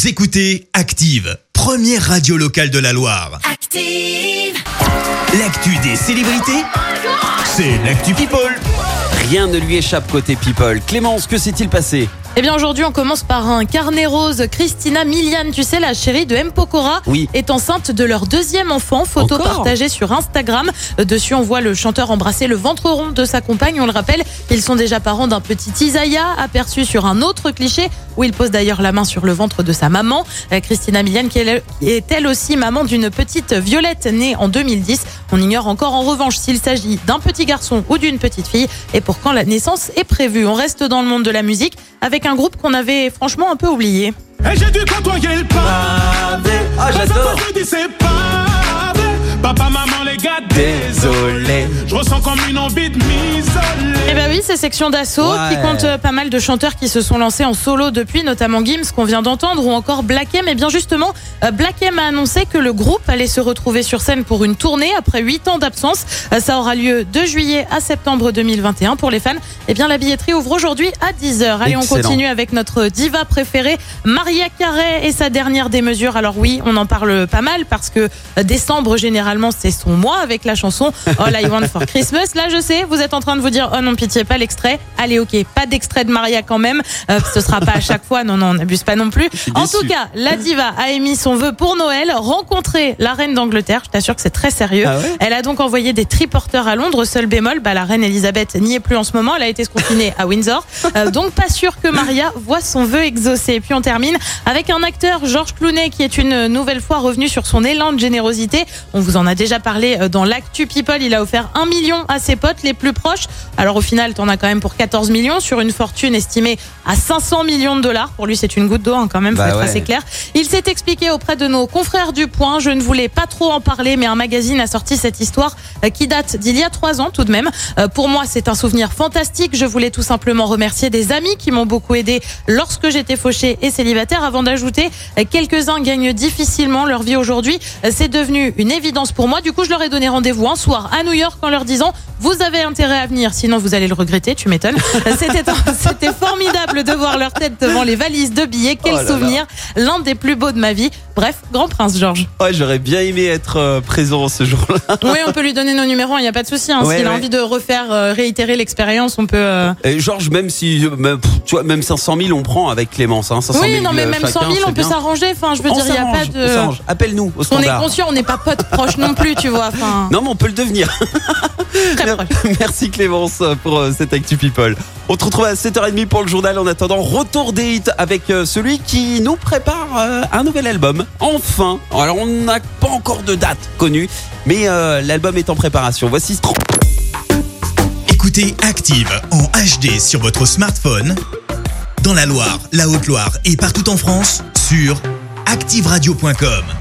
Vous écoutez Active, première radio locale de la Loire. Active. L'actu des célébrités, c'est l'actu People. Rien ne lui échappe côté People. Clémence, que s'est-il passé ? Eh bien aujourd'hui on commence par un carnet rose. Christina Milian, tu sais la chérie de M. Pokora, Oui. est enceinte de leur deuxième enfant. Photo Encore partagée sur Instagram. Dessus on voit le chanteur embrasser le ventre rond de sa compagne. On le rappelle, ils sont déjà parents d'un petit Isaiah, aperçu sur un autre cliché où il pose d'ailleurs la main sur le ventre de sa maman. Christina Milian qui est elle aussi maman d'une petite Violette née en 2010. On ignore encore en revanche s'il s'agit d'un petit garçon ou d'une petite fille et pour quand la naissance est prévue. On reste dans le monde de la musique avec un groupe qu'on avait franchement un peu oublié. Et j'ai dû côtoyer le pavé. Ah, j'adore. Je dis c'est pavé. Papa, maman, les gars, Désolé. je ressens comme une envie de m'isoler. Eh ben oui, c'est Section d'Assaut Ouais. qui compte pas mal de chanteurs qui se sont lancés en solo depuis, notamment Gims qu'on vient d'entendre ou encore Black M. Et bien justement, Black M a annoncé que le groupe allait se retrouver sur scène pour une tournée après 8 ans d'absence. Ça aura lieu de juillet à septembre 2021 pour les fans. Eh bien la billetterie ouvre aujourd'hui à 10h. Allez, Excellent. on continue avec notre diva préférée, Mariah Carey et sa dernière démesure. Alors oui, on en parle pas mal parce que décembre généralement c'est son mois avec la chanson All I Want for Christmas. Là je sais, vous êtes en train de vous dire oh non pitié, pas l'extrait. Allez ok, pas d'extrait de Mariah quand même. Ce sera pas à chaque fois, non on n'abuse pas non plus. En déçu. tout cas, la diva a émis son vœu pour Noël, rencontrer la reine d'Angleterre. Je t'assure que c'est très sérieux. Ah ouais Elle a donc envoyé des triporteurs à Londres. Seul bémol, la reine Elisabeth n'y est plus en ce moment. Elle a été confinée à Windsor. Donc pas sûr que Maria voit son vœu exaucé. Et puis on termine avec un acteur, George Clooney, qui est une nouvelle fois revenu sur son élan de générosité. On vous en a déjà parlé dans l'actu People. Il a offert 1 million à ses potes les plus proches. Alors au final, t'en as quand même pour 14 millions sur une fortune estimée à 500 millions de dollars. Pour lui, c'est une goutte d'eau quand même, faut Bah être ouais. assez clair. Il s'est expliqué auprès de nos confrères du Point. Je ne voulais pas trop en parler, mais un magazine a sorti cette histoire qui date d'il y a 3 ans tout de même. Pour moi, c'est un souvenir fantastique. Je voulais tout simplement remercier des amis qui m'ont beaucoup aidé lorsque j'étais fauchée et célibataire. Avant d'ajouter, quelques-uns gagnent difficilement leur vie aujourd'hui. C'est devenu une évidence pour moi. Du coup, je leur ai donné rendez-vous un soir à New York en leur disant vous avez intérêt à venir, sinon vous allez le regretter, tu m'étonnes. C'était formidable de voir leur tête devant les valises de billets. Quel Oh là là. souvenir, l'un des plus beaux de ma vie. Bref, grand prince Georges. Ouais, j'aurais bien aimé être présent ce jour-là. Oui, on peut lui donner nos numéros, il n'y a pas de souci. Ouais, S'il a ouais. envie de refaire, réitérer l'expérience, on peut... Et Georges, même si, tu vois, même 500 000 on prend avec Clémence, hein, 500 000 Oui, non, mais même 100 000, chacun, on peut c'est bien. s'arranger. Enfin, je veux On dire, il n'y a pas s'arrange, on de... s'arrange. Appelle-nous au On est standard. conscient, on n'est pas potes proches non plus, tu vois. Enfin, Non, mais on peut le devenir. très proche. Merci Clémence pour cette Actu People. On te retrouve à 7h30 pour le journal. En attendant, retour des hits avec celui qui nous prépare un nouvel album. Enfin. Alors, on n'a pas encore de date connue, mais l'album est en préparation. Voici Écoutez Active en HD sur votre smartphone, dans la Loire, la Haute-Loire et partout en France, sur activeradio.com.